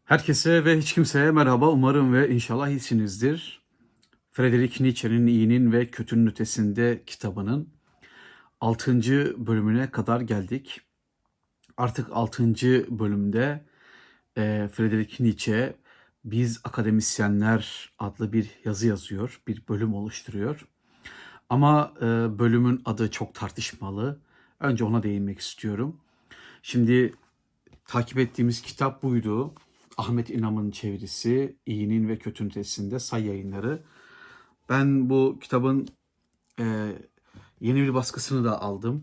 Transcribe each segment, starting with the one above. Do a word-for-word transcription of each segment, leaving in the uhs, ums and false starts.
Herkese ve hiç kimseye merhaba. Umarım ve inşallah iyisinizdir. Friedrich Nietzsche'nin İyinin ve Kötünün Ötesinde kitabının altıncı bölümüne kadar geldik. Artık altıncı bölümde e, Friedrich Nietzsche Biz Akademisyenler adlı bir yazı yazıyor, bir bölüm oluşturuyor. Ama e, bölümün adı çok tartışmalı. Önce ona değinmek istiyorum. Şimdi takip ettiğimiz kitap buydu. Ahmet İnam'ın çevirisi, İyinin ve Kötünün Ötesinde Say Yayınları. Ben bu kitabın e, yeni bir baskısını da aldım.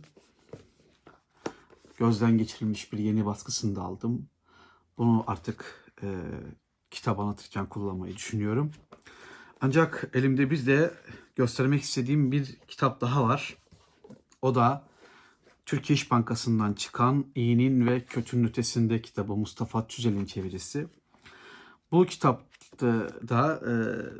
Gözden geçirilmiş bir yeni baskısını da aldım. Bunu artık e, kitap anlatırken kullanmayı düşünüyorum. Ancak elimde bir de göstermek istediğim bir kitap daha var. O da Türkiye İş Bankası'ndan çıkan İyinin ve Kötünün Ötesinde kitabı, Mustafa Tüzel'in çevirisi. Bu kitapta da e,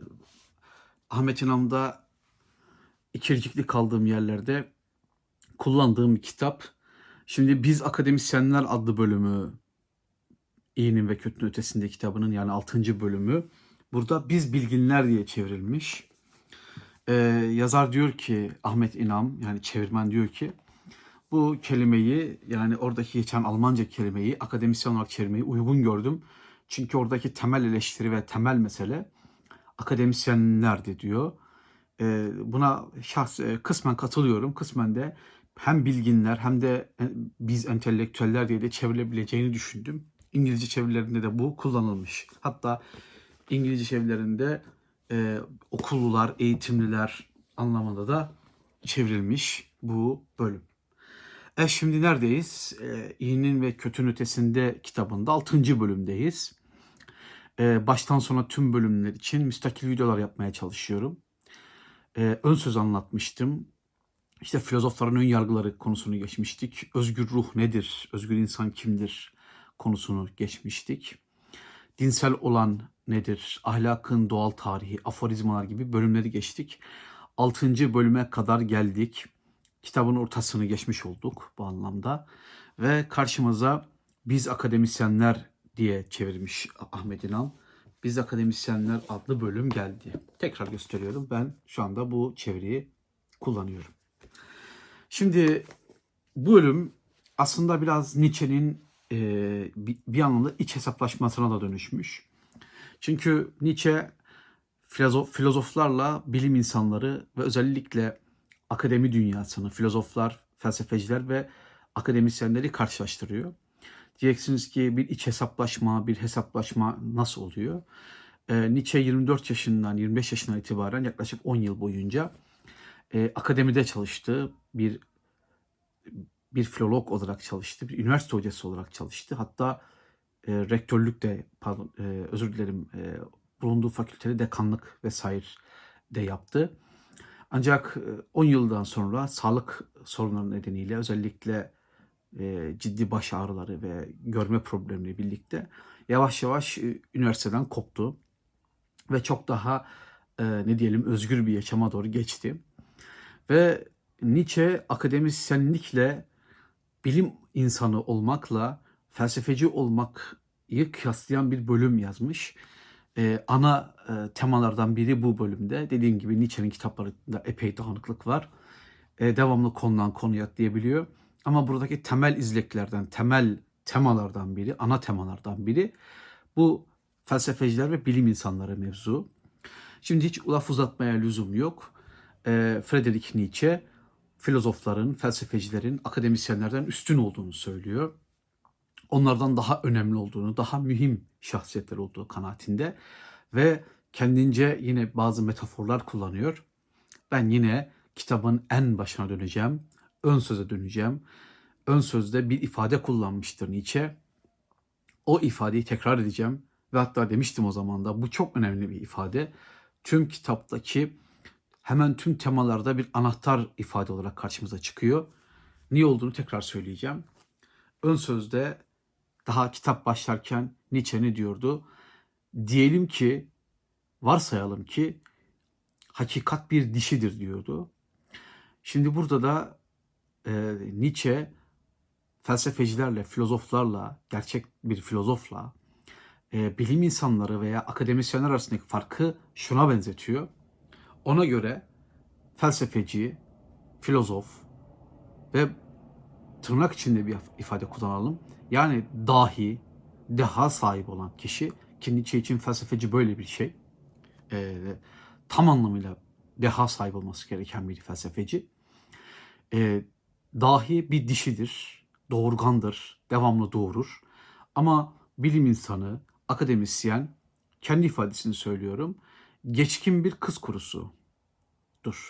Ahmet İnam'da ikircikli kaldığım yerlerde kullandığım bir kitap. Şimdi Biz Akademisyenler adlı bölümü İyinin ve Kötünün Ötesinde kitabının, yani altıncı bölümü. Burada Biz Bilginler diye çevrilmiş. Ee, yazar diyor ki, Ahmet İnam, yani çevirmen diyor ki, bu kelimeyi, yani oradaki geçen Almanca kelimeyi akademisyen olarak çevirmeyi uygun gördüm. Çünkü oradaki temel eleştiri ve temel mesele akademisyenlerdi diyor. Ee, buna şahs e, kısmen katılıyorum. Kısmen de hem bilginler hem de e, biz entelektüeller diye de çevrilebileceğini düşündüm. İngilizce çevirilerinde de bu kullanılmış. Hatta İngilizce çevirilerinde e, okullular, eğitimliler anlamında da çevrilmiş bu bölüm. E şimdi neredeyiz? E, İyinin ve Kötünün Ötesinde kitabında altıncı bölümdeyiz. E, baştan sona tüm bölümler için müstakil videolar yapmaya çalışıyorum. E, ön söz anlatmıştım. İşte filozofların ön yargıları konusunu geçmiştik. Özgür ruh nedir? Özgür insan kimdir? Konusunu geçmiştik. Dinsel olan nedir? Ahlakın doğal tarihi, aforizmalar gibi bölümleri geçtik. Altıncı bölüme kadar geldik. Kitabın ortasını geçmiş olduk bu anlamda. Ve karşımıza Biz Akademisyenler diye çevirmiş Ahmet İnan. Biz Akademisyenler adlı bölüm geldi. Tekrar gösteriyorum. Ben şu anda bu çeviriyi kullanıyorum. Şimdi bu bölüm aslında biraz Nietzsche'nin e, bir, bir anlamda iç hesaplaşmasına da dönüşmüş. Çünkü Nietzsche filozof, filozoflarla bilim insanları ve özellikle akademi dünyasını, filozoflar, felsefeciler ve akademisyenleri karşılaştırıyor. Diyeceksiniz ki bir iç hesaplaşma, bir hesaplaşma nasıl oluyor? E, Nietzsche yirmi dört yaşından, yirmi beş yaşından itibaren yaklaşık on yıl boyunca e, akademide çalıştı. Bir bir filolog olarak çalıştı, bir üniversite hocası olarak çalıştı. Hatta e, rektörlük de, pardon, e, özür dilerim, e, bulunduğu fakültede dekanlık vesaire de yaptı. Ancak on yıldan sonra sağlık sorunları nedeniyle, özellikle e, ciddi baş ağrıları ve görme problemleri birlikte yavaş yavaş e, üniversiteden koptu ve çok daha e, ne diyelim özgür bir yaşama doğru geçti. Ve Nietzsche akademisyenlikle, bilim insanı olmakla felsefeci olmayı kıyaslayan bir bölüm yazmış. Ee, ana e, temalardan biri bu bölümde. Dediğim gibi Nietzsche'nin kitaplarında epey dağınıklık var. Ee, devamlı konudan konuya atlayabiliyor. Ama buradaki temel izleklerden, temel temalardan biri, ana temalardan biri bu felsefeciler ve bilim insanları mevzu. Şimdi hiç laf uzatmaya lüzum yok. Ee, Friedrich Nietzsche filozofların, felsefecilerin, akademisyenlerden üstün olduğunu söylüyor. Onlardan daha önemli olduğunu, daha mühim şahsiyetler olduğu kanaatinde ve kendince yine bazı metaforlar kullanıyor. Ben yine kitabın en başına döneceğim, ön söze döneceğim. Ön sözde bir ifade kullanmıştır Nietzsche. O ifadeyi tekrar edeceğim ve hatta demiştim o zaman da, bu çok önemli bir ifade. Tüm kitaptaki hemen tüm temalarda bir anahtar ifade olarak karşımıza çıkıyor. Niye olduğunu tekrar söyleyeceğim. Ön sözde, daha kitap başlarken Nietzsche ne diyordu? Diyelim ki, varsayalım ki hakikat bir dişidir diyordu. Şimdi burada da e, Nietzsche felsefecilerle, filozoflarla, gerçek bir filozofla, e, bilim insanları veya akademisyenler arasındaki farkı şuna benzetiyor. Ona göre felsefeci, filozof ve tırnak içinde bir ifade kullanalım. Yani dahi, deha sahibi olan kişi, ki Nietzsche için felsefeci böyle bir şey. E, tam anlamıyla deha sahibi olması gereken bir felsefeci. E, dahi bir dişidir, doğurgandır, devamlı doğurur. Ama bilim insanı, akademisyen, kendi ifadesini söylüyorum, geçkin bir kız kurusudur.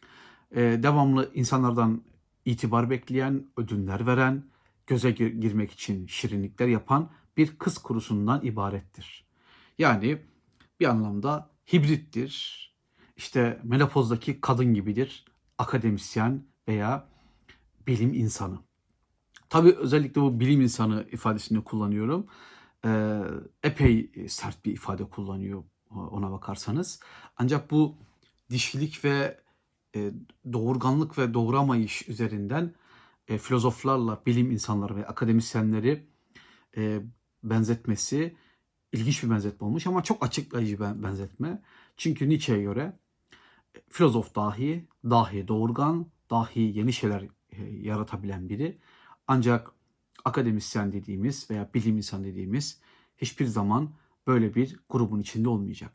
E, devamlı insanlardan itibar bekleyen, ödünler veren, göze girmek için şirinlikler yapan bir kız kurusundan ibarettir. Yani bir anlamda hibrittir. İşte menopozdaki kadın gibidir. Akademisyen veya bilim insanı. Tabii özellikle bu bilim insanı ifadesini kullanıyorum. Ee, epey sert bir ifade kullanıyor ona bakarsanız. Ancak bu dişilik ve e, doğurganlık ve doğuramayış üzerinden e, filozoflarla bilim insanları ve akademisyenleri e, benzetmesi ilginç bir benzetme olmuş ama çok açıklayıcı bir benzetme. Çünkü Nietzsche'ye göre filozof dahi, dahi doğurgan, dahi yeni şeyler e, yaratabilen biri. Ancak akademisyen dediğimiz veya bilim insanı dediğimiz hiçbir zaman böyle bir grubun içinde olmayacak.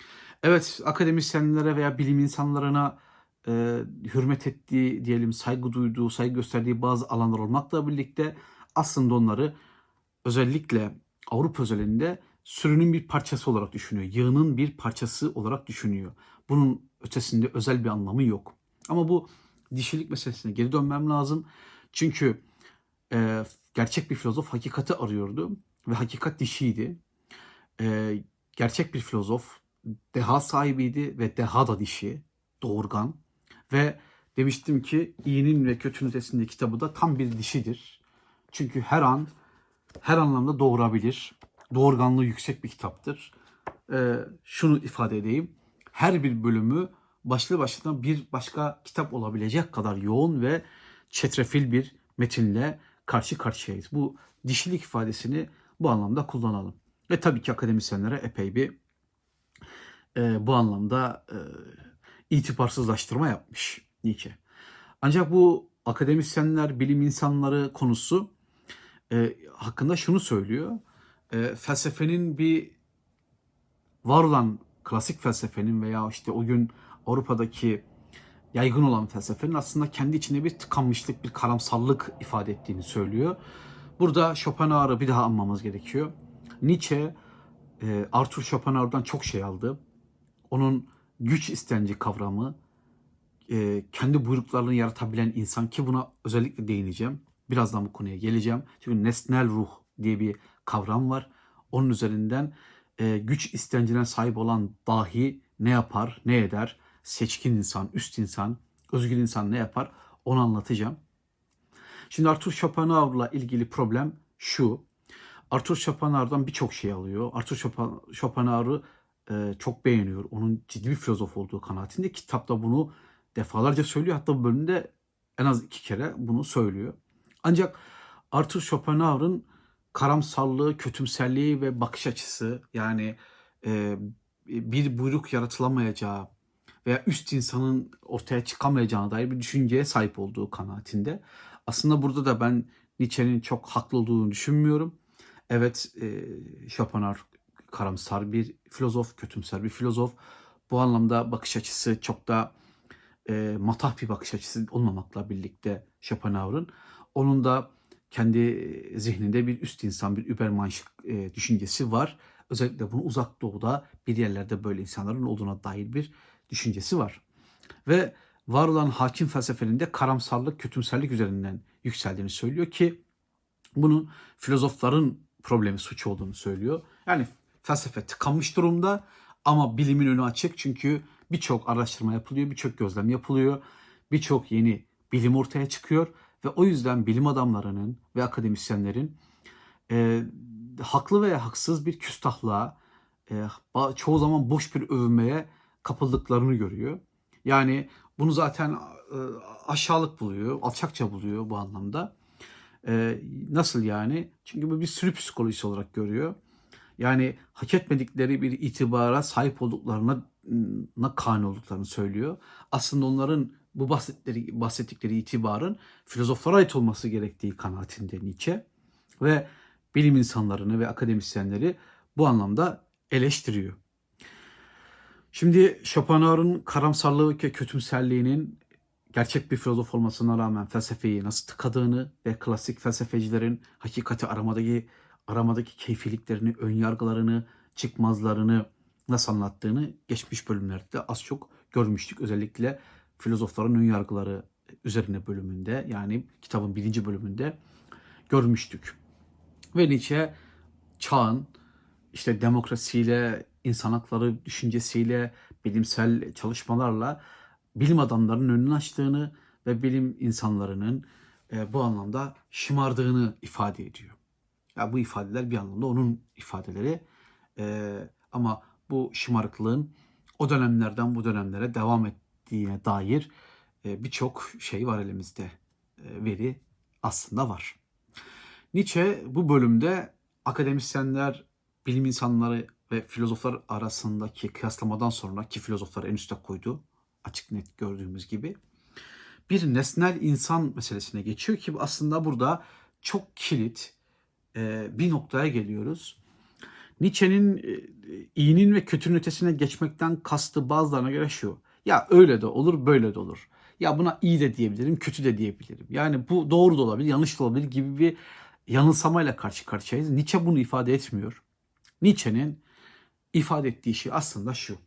Evet, akademisyenlere veya bilim insanlarına e, hürmet ettiği, diyelim saygı duyduğu, saygı gösterdiği bazı alanlar olmakla birlikte aslında onları özellikle Avrupa özelinde sürünün bir parçası olarak düşünüyor. Yığının bir parçası olarak düşünüyor. Bunun ötesinde özel bir anlamı yok. Ama bu dişilik meselesine geri dönmem lazım. Çünkü e, gerçek bir filozof hakikati arıyordu ve hakikat dişiydi. E, gerçek bir filozof deha sahibiydi ve deha da dişi, doğurgan. Ve demiştim ki iyinin ve kötünün ötesindeki kitabı da tam bir dişidir. Çünkü her an, her anlamda doğurabilir. Doğurganlığı yüksek bir kitaptır. Ee, şunu ifade edeyim. Her bir bölümü başlı başına bir başka kitap olabilecek kadar yoğun ve çetrefil bir metinle karşı karşıyayız. Bu dişilik ifadesini bu anlamda kullanalım. Ve tabii ki akademisyenlere epey bir e, bu anlamda e, itibarsızlaştırma yapmış Nietzsche. Ancak bu akademisyenler, bilim insanları konusu e, hakkında şunu söylüyor. E, felsefenin bir var olan klasik felsefenin veya işte o gün Avrupa'daki yaygın olan felsefenin aslında kendi içinde bir tıkanmışlık, bir karamsarlık ifade ettiğini söylüyor. Burada Schopenhauer'ı bir daha anmamız gerekiyor. Nietzsche, e, Arthur Schopenhauer'dan çok şey aldı. Onun güç istenci kavramı, e, kendi buyruklarını yaratabilen insan, ki buna özellikle değineceğim. Birazdan bu konuya geleceğim. Çünkü nesnel ruh diye bir kavram var. Onun üzerinden e, güç istencine sahip olan dahi ne yapar, ne eder? Seçkin insan, üst insan, özgür insan ne yapar? Onu anlatacağım. Şimdi Arthur Schopenhauer'la ilgili problem şu. Arthur Schopenhauer'dan birçok şey alıyor. Arthur Schopenhauer'ı e, çok beğeniyor. Onun ciddi bir filozof olduğu kanaatinde. Kitapta bunu defalarca söylüyor. Hatta bu bölümde en az iki kere bunu söylüyor. Ancak Arthur Schopenhauer'ın karamsarlığı, kötümserliği ve bakış açısı, yani e, bir buyruk yaratılamayacağı veya üst insanın ortaya çıkamayacağına dair bir düşünceye sahip olduğu kanaatinde. Aslında burada da ben Nietzsche'nin çok haklı olduğunu düşünmüyorum. Evet, e, Schopenhauer karamsar bir filozof, kötümser bir filozof. Bu anlamda bakış açısı çok da e, matah bir bakış açısı olmamakla birlikte Schopenhauer'ın, onun da kendi zihninde bir üst insan, bir Übermensch e, düşüncesi var. Özellikle bunu Uzak Doğu'da bir yerlerde böyle insanların olduğuna dair bir düşüncesi var. Ve var olan hakim felsefenin de karamsarlık, kötümserlik üzerinden yükseldiğini söylüyor ki bunun filozofların problemi, suç olduğunu söylüyor. Yani felsefe tıkanmış durumda ama bilimin önü açık, çünkü birçok araştırma yapılıyor, birçok gözlem yapılıyor, birçok yeni bilim ortaya çıkıyor ve o yüzden bilim adamlarının ve akademisyenlerin e, haklı veya haksız bir küstahlığa, e, çoğu zaman boş bir övünmeye kapıldıklarını görüyor. Yani bunu zaten e, aşağılık buluyor, alçakça buluyor bu anlamda. E, nasıl yani? Çünkü bu bir sürü psikolojisi olarak görüyor. Yani hak etmedikleri bir itibara sahip olduklarına na kani olduklarını söylüyor. Aslında onların bu bahsettikleri, bahsettikleri itibarın filozoflara ait olması gerektiği kanaatinde Nietzsche ve bilim insanlarını ve akademisyenleri bu anlamda eleştiriyor. Şimdi Schopenhauer'un karamsarlığı ve kötümserliğinin gerçek bir filozof olmasına rağmen felsefeyi nasıl tıkadığını ve klasik felsefecilerin hakikati aramadaki aramadaki keyfiliklerini, önyargılarını, çıkmazlarını nasıl anlattığını geçmiş bölümlerde az çok görmüştük. Özellikle filozofların önyargıları üzerine bölümünde, yani kitabın birinci bölümünde görmüştük. Ve Nietzsche çağın işte demokrasiyle, insan hakları düşüncesiyle, bilimsel çalışmalarla bilim adamlarının önünü açtığını ve bilim insanlarının e, bu anlamda şımardığını ifade ediyor. Ya bu ifadeler bir anlamda onun ifadeleri. E, ama bu şımarıklığın o dönemlerden bu dönemlere devam ettiğine dair e, birçok şey var elimizde. E, veri aslında var. Nietzsche bu bölümde akademisyenler, bilim insanları ve filozoflar arasındaki kıyaslamadan sonra, ki filozofları en üste koydu, açık net gördüğümüz gibi, bir nesnel insan meselesine geçiyor ki aslında burada çok kilit e, bir noktaya geliyoruz. Nietzsche'nin e, iyinin ve kötünün ötesine geçmekten kastı bazılarına göre şu: ya öyle de olur, böyle de olur. Ya buna iyi de diyebilirim, kötü de diyebilirim. Yani bu doğru da olabilir, yanlış da olabilir gibi bir yanılsamayla karşı karşıyayız. Nietzsche bunu ifade etmiyor. Nietzsche'nin ifade ettiği şey aslında şu.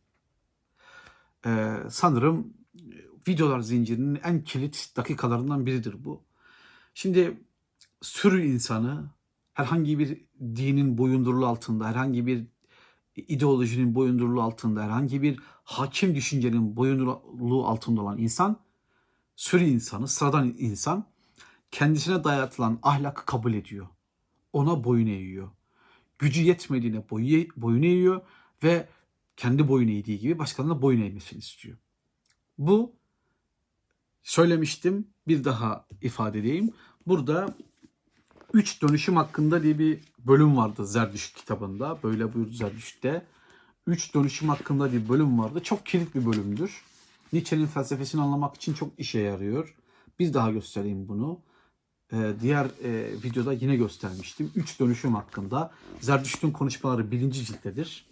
Ee, sanırım videolar zincirinin en kilit dakikalarından biridir bu. Şimdi sürü insanı herhangi bir dinin boyunduruluğu altında, herhangi bir ideolojinin boyunduruluğu altında, herhangi bir hakim düşüncenin boyunduruluğu altında olan insan, sürü insanı, sıradan insan kendisine dayatılan ahlakı kabul ediyor. Ona boyun eğiyor. Gücü yetmediğine boyun eğiyor ve kendi boyun eğdiği gibi başkalarına boyun eğmesini istiyor. Bu, söylemiştim, bir daha ifade edeyim. Burada üç dönüşüm hakkında diye bir bölüm vardı Zerdüşt kitabında. Böyle buyurdu Zerdüşt'te. Üç dönüşüm hakkında diye bir bölüm vardı. Çok kilit bir bölümdür. Nietzsche'nin felsefesini anlamak için çok işe yarıyor. Bir daha göstereyim bunu. Ee, diğer e, videoda yine göstermiştim. Üç dönüşüm hakkında. Zerdüşt'ün konuşmaları birinci cilttedir.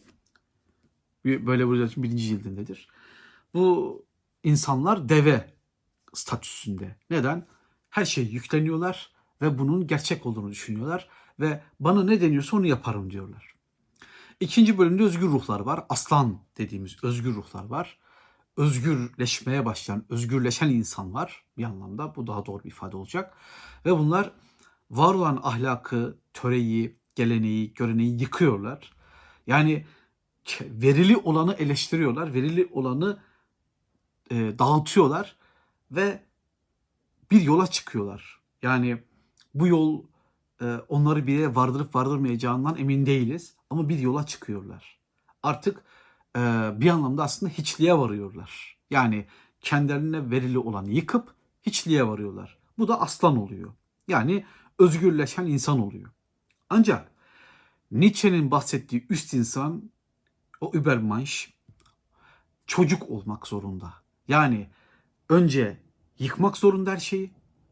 Böyle böyle birinci cildindedir. Bu insanlar deve statüsünde. Neden? Her şeyi yükleniyorlar ve bunun gerçek olduğunu düşünüyorlar ve bana ne deniyorsa onu yaparım diyorlar. İkinci bölümde özgür ruhlar var. Aslan dediğimiz özgür ruhlar var. Özgürleşmeye başlayan, özgürleşen insan var bir anlamda. Bu daha doğru bir ifade olacak. Ve bunlar var olan ahlakı, töreyi, geleneği, göreneği yıkıyorlar. Yani verili olanı eleştiriyorlar, verili olanı e, dağıtıyorlar ve bir yola çıkıyorlar. Yani bu yol e, onları bir yere vardırıp vardırmayacağından emin değiliz ama bir yola çıkıyorlar. Artık e, bir anlamda aslında hiçliğe varıyorlar. Yani kendilerine verili olanı yıkıp hiçliğe varıyorlar. Bu da aslan oluyor. Yani özgürleşen insan oluyor. Ancak Nietzsche'nin bahsettiği üst insan, o Übermensch, çocuk olmak zorunda. Yani önce yıkmak zorunda her şeyi.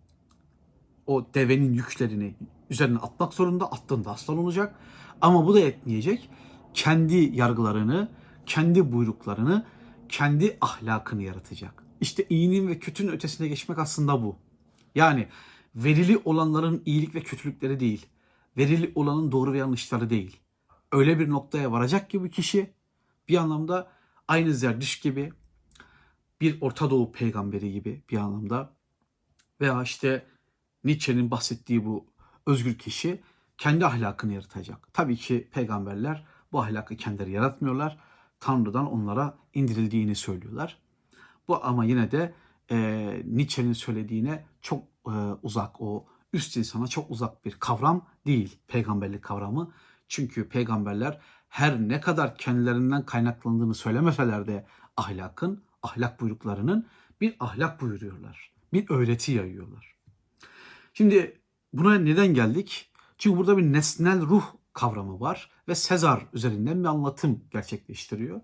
O devenin yüklerini üzerine atmak zorunda. Attığında aslan olacak. Ama bu da yetmeyecek. Kendi yargılarını, kendi buyruklarını, kendi ahlakını yaratacak. İşte iyinin ve kötünün ötesine geçmek aslında bu. Yani verili olanların iyilik ve kötülükleri değil. Verili olanın doğru ve yanlışları değil. Öyle bir noktaya varacak ki bu kişi bir anlamda aynı Zerdüşt gibi, bir Orta Doğu peygamberi gibi bir anlamda, veya işte Nietzsche'nin bahsettiği bu özgür kişi kendi ahlakını yaratacak. Tabii ki peygamberler bu ahlakı kendileri yaratmıyorlar. Tanrı'dan onlara indirildiğini söylüyorlar. Bu ama yine de e, Nietzsche'nin söylediğine çok e, uzak, o üst insana çok uzak bir kavram değil peygamberlik kavramı. Çünkü peygamberler her ne kadar kendilerinden kaynaklandığını söylemeseler de ahlakın, ahlak buyruklarının bir ahlak buyuruyorlar. Bir öğreti yayıyorlar. Şimdi buna neden geldik? Çünkü burada bir nesnel ruh kavramı var ve Sezar üzerinden bir anlatım gerçekleştiriyor.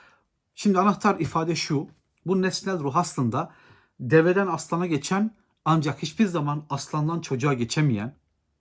Şimdi anahtar ifade şu. Bu nesnel ruh aslında deveden aslana geçen ancak hiçbir zaman aslandan çocuğa geçemeyen,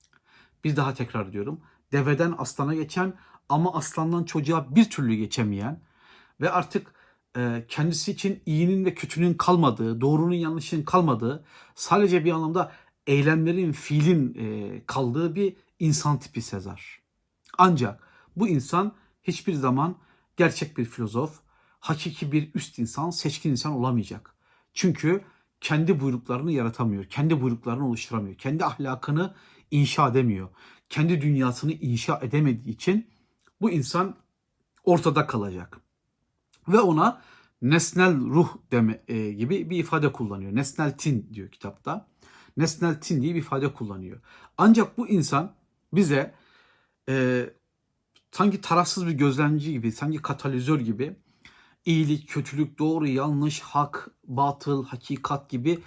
bir daha tekrar ediyorum. Deveden aslana geçen ama aslandan çocuğa bir türlü geçemeyen ve artık e, kendisi için iyinin ve kötünün kalmadığı, doğrunun yanlışın kalmadığı, sadece bir anlamda eylemlerin, fiilin e, kaldığı bir insan tipi Sezar. Ancak bu insan hiçbir zaman gerçek bir filozof, hakiki bir üst insan, seçkin insan olamayacak. Çünkü kendi buyruklarını yaratamıyor, kendi buyruklarını oluşturamıyor, kendi ahlakını inşa edemiyor, kendi dünyasını inşa edemediği için bu insan ortada kalacak. Ve ona nesnel ruh deme e, gibi bir ifade kullanıyor. Nesnel tin diyor kitapta. Nesnel tin diye bir ifade kullanıyor. Ancak bu insan bize e, sanki tarafsız bir gözlemci gibi, sanki katalizör gibi iyilik, kötülük, doğru, yanlış, hak, batıl, hakikat gibi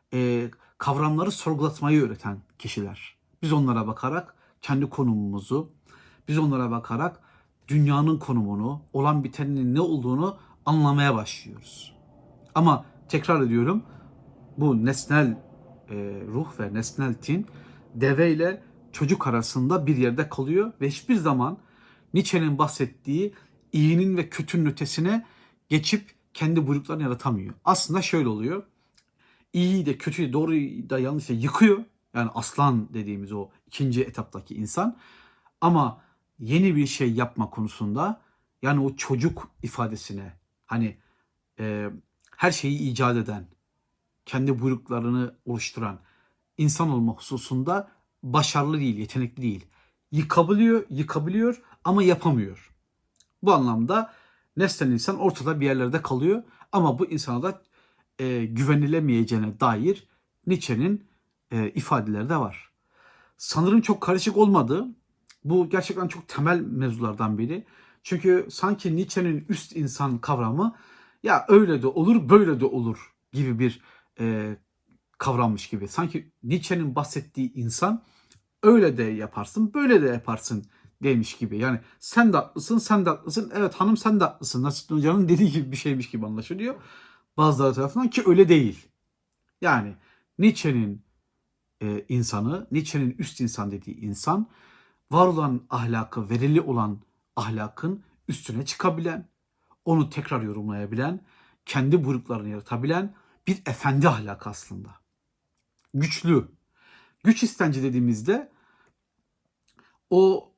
e, kavramları sorgulatmayı öğreten kişiler. Biz onlara bakarak kendi konumumuzu, biz onlara bakarak dünyanın konumunu, olan bitenin ne olduğunu anlamaya başlıyoruz. Ama tekrar ediyorum, bu nesnel e, ruh ve nesnel tin deve ile çocuk arasında bir yerde kalıyor ve hiçbir zaman Nietzsche'nin bahsettiği iyinin ve kötünün ötesine geçip kendi buyruklarını yaratamıyor. Aslında şöyle oluyor. İyiyi de kötüyü de doğruyu da yanlış da yıkıyor. Yani aslan dediğimiz o ikinci etaptaki insan. Ama yeni bir şey yapma konusunda, yani o çocuk ifadesine, hani e, her şeyi icat eden, kendi buyruklarını oluşturan insan olma hususunda başarılı değil, yetenekli değil. Yıkabiliyor, yıkabiliyor ama yapamıyor. Bu anlamda nesnel insan ortada bir yerlerde kalıyor ama bu insana da e, güvenilemeyeceğine dair Nietzsche'nin e, ifadeleri de var. Sanırım çok karışık olmadı. Bu gerçekten çok temel mevzulardan biri. Çünkü sanki Nietzsche'nin üst insan kavramı ya öyle de olur, böyle de olur gibi bir e, kavrammış gibi. Sanki Nietzsche'nin bahsettiği insan öyle de yaparsın, böyle de yaparsın demiş gibi. Yani sen de haklısın, sen de haklısın. Evet hanım sen de haklısın. Nasrettin Hoca'nın dediği gibi bir şeymiş gibi anlaşılıyor. Bazıları tarafından ki öyle değil. Yani Nietzsche'nin e, insanı, Nietzsche'nin üst insan dediği insan var olan ahlakı, verili olan ahlakın üstüne çıkabilen, onu tekrar yorumlayabilen, kendi buyruklarını yaratabilen bir efendi ahlakı aslında. Güçlü. Güç istenci dediğimizde o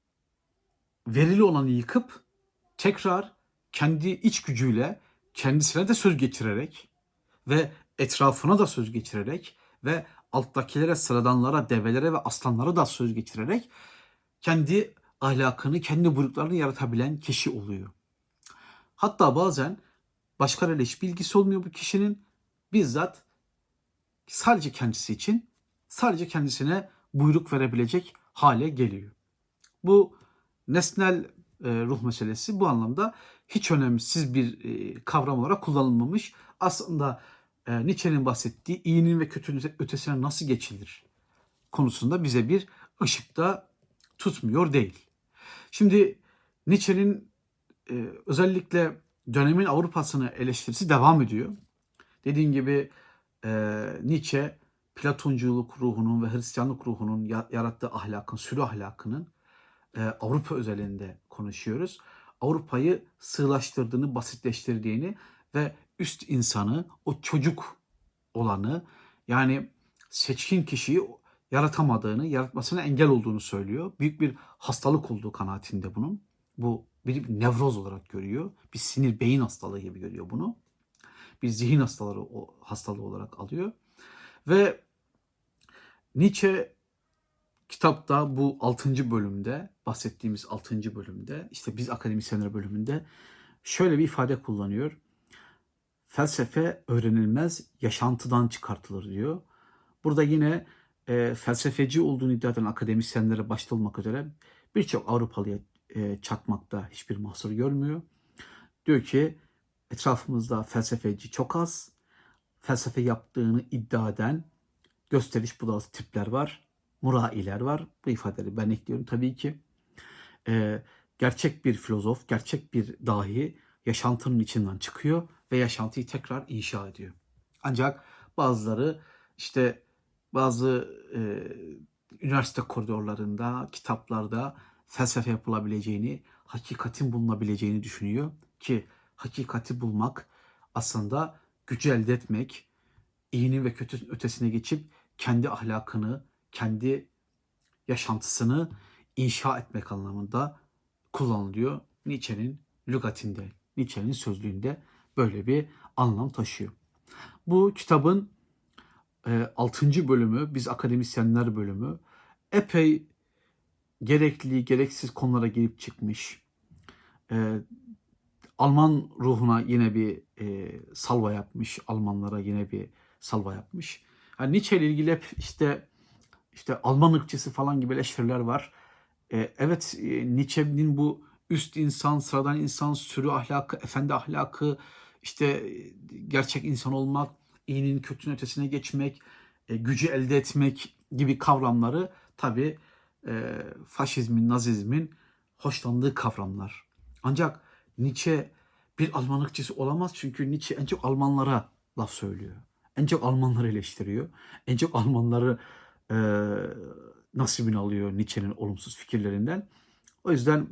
verili olanı yıkıp tekrar kendi iç gücüyle kendisine de söz geçirerek ve etrafına da söz geçirerek ve alttakilere, sıradanlara, develere ve aslanlara da söz geçirerek kendi ahlakını, kendi buyruklarını yaratabilen kişi oluyor. Hatta bazen başkalarıyla hiç bilgisi olmuyor bu kişinin. Bizzat sadece kendisi için, sadece kendisine buyruk verebilecek hale geliyor. Bu nesnel e, ruh meselesi bu anlamda hiç önemsiz bir e, kavram olarak kullanılmamış. Aslında e, Nietzsche'nin bahsettiği iyinin ve kötünün ötesine nasıl geçilir konusunda bize bir ışıkta tutmuyor değil. Şimdi Nietzsche'nin e, özellikle dönemin Avrupa'sını eleştirisi devam ediyor. Dediğim gibi e, Nietzsche Platonculuk ruhunun ve Hristiyanlık ruhunun yarattığı ahlakın, sürü ahlakının e, Avrupa özelinde konuşuyoruz. Avrupa'yı sığlaştırdığını, basitleştirdiğini ve üst insanı, o çocuk olanı, yani seçkin kişiyi yaratamadığını, yaratmasına engel olduğunu söylüyor. Büyük bir hastalık olduğu kanaatinde bunun. Bu bir nevroz olarak görüyor. Bir sinir beyin hastalığı gibi görüyor bunu. Bir zihin hastalığı, o hastalığı olarak alıyor. Ve Nietzsche kitapta bu altıncı bölümde, bahsettiğimiz altıncı bölümde, işte biz akademisyenler bölümünde şöyle bir ifade kullanıyor. Felsefe öğrenilmez, yaşantıdan çıkartılır diyor. Burada yine e, felsefeci olduğunu iddia eden akademisyenlere başta olmak üzere birçok Avrupalıya e, çakmakta hiçbir mahsur görmüyor. Diyor ki etrafımızda felsefeci çok az, felsefe yaptığını iddia eden gösteriş budalası tipler var, murailer var. Bu ifadeleri ben ekliyorum tabii ki. e, gerçek bir filozof, gerçek bir dahi yaşantının içinden çıkıyor ve yaşantıyı tekrar inşa ediyor. Ancak bazıları işte bazı e, üniversite koridorlarında, kitaplarda felsefe yapılabileceğini, hakikatin bulunabileceğini düşünüyor ki hakikati bulmak aslında gücü elde etmek, iyinin ve kötünün ötesine geçip kendi ahlakını, kendi yaşantısını inşa etmek anlamında kullanılıyor. Nietzsche'nin lügatinde, Nietzsche'nin sözlüğünde böyle bir anlam taşıyor. Bu kitabın e, altıncı bölümü, biz akademisyenler bölümü epey gerekli, gereksiz konulara girip çıkmış. E, Alman ruhuna yine bir e, salva yapmış. Almanlara yine bir salva yapmış. Yani Nietzsche ile ilgili hep işte işte Alman ırkçısı falan gibi eleştiriler var. E, evet, e, Nietzsche'nin bu üst insan, sıradan insan, sürü ahlakı, efendi ahlakı, işte e, gerçek insan olmak, iyinin kötünün ötesine geçmek, e, gücü elde etmek gibi kavramları tabii e, faşizmin, nazizmin hoşlandığı kavramlar. Ancak Nietzsche bir Alman ırkçısı olamaz çünkü Nietzsche en çok Almanlara laf söylüyor. En çok Almanları eleştiriyor. En çok Almanları e, nasibini alıyor Nietzsche'nin olumsuz fikirlerinden. O yüzden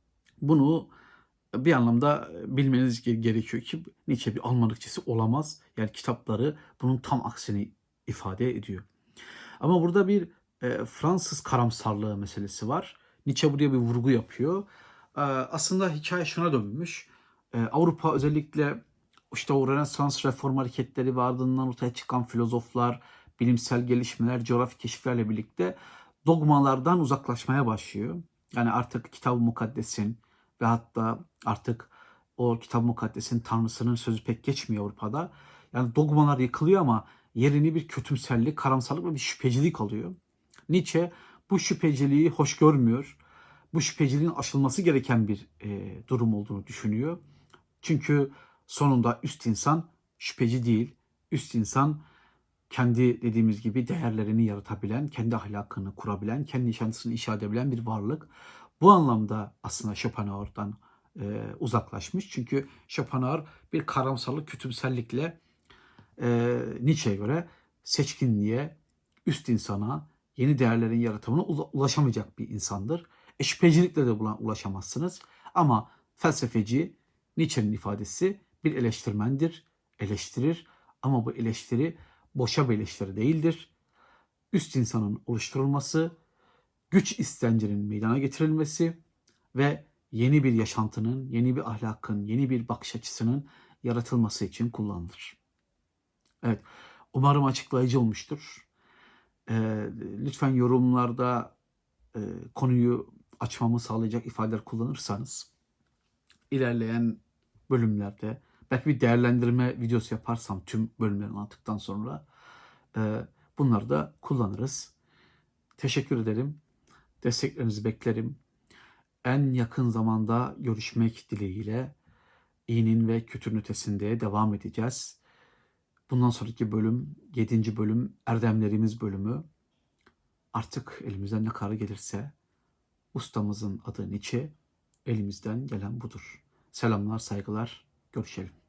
bunu bir anlamda bilmeniz gerekiyor ki Nietzsche bir Alman ırkçısı olamaz. Yani kitapları bunun tam aksini ifade ediyor. Ama burada bir e, Fransız karamsarlığı meselesi var. Nietzsche buraya bir vurgu yapıyor. E, aslında hikaye şuna dönmüş. E, Avrupa özellikle işte o Rönesans reform hareketleri ve ardından ortaya çıkan filozoflar, bilimsel gelişmeler, coğrafi keşiflerle birlikte dogmalardan uzaklaşmaya başlıyor. Yani artık Kitab-ı Mukaddes'in ve hatta artık o Kitab-ı Mukaddes'in Tanrısının sözü pek geçmiyor Avrupa'da. Yani dogmalar yıkılıyor ama yerini bir kötümserlik, karamsarlık ve bir şüphecilik alıyor. Nietzsche bu şüpheciliği hoş görmüyor. Bu şüpheciliğin aşılması gereken bir e, durum olduğunu düşünüyor. Çünkü sonunda üst insan şüpheci değil. Üst insan kendi dediğimiz gibi değerlerini yaratabilen, kendi ahlakını kurabilen, kendi yaşantısını inşa edebilen bir varlık. Bu anlamda aslında Schopenhauer'dan e, uzaklaşmış. Çünkü Schopenhauer bir karamsarlık, kötümserlikle e, Nietzsche'ye göre seçkinliğe, üst insana, yeni değerlerin yaratımına ulaşamayacak bir insandır. E, şüphecilikle de buna ulaşamazsınız. Ama felsefeci Nietzsche'nin ifadesi bir eleştirmendir, eleştirir ama bu eleştiri boşa bir eleştiri değildir. Üst insanın oluşturulması, güç istencinin meydana getirilmesi ve yeni bir yaşantının, yeni bir ahlakın, yeni bir bakış açısının yaratılması için kullanılır. Evet, umarım açıklayıcı olmuştur. Ee, lütfen yorumlarda e, konuyu açmamı sağlayacak ifadeler kullanırsanız ilerleyen bölümlerde belki bir değerlendirme videosu yaparsam tüm bölümleri anlattıktan sonra e, bunları da kullanırız. Teşekkür ederim. Desteklerinizi beklerim. En yakın zamanda görüşmek dileğiyle iyinin ve kötünün ötesinde devam edeceğiz. Bundan sonraki bölüm, yedinci bölüm, Erdemlerimiz bölümü. Artık elimizden ne kadar gelirse ustamızın adı Nietzsche, elimizden gelen budur. Selamlar, saygılar, görüşelim.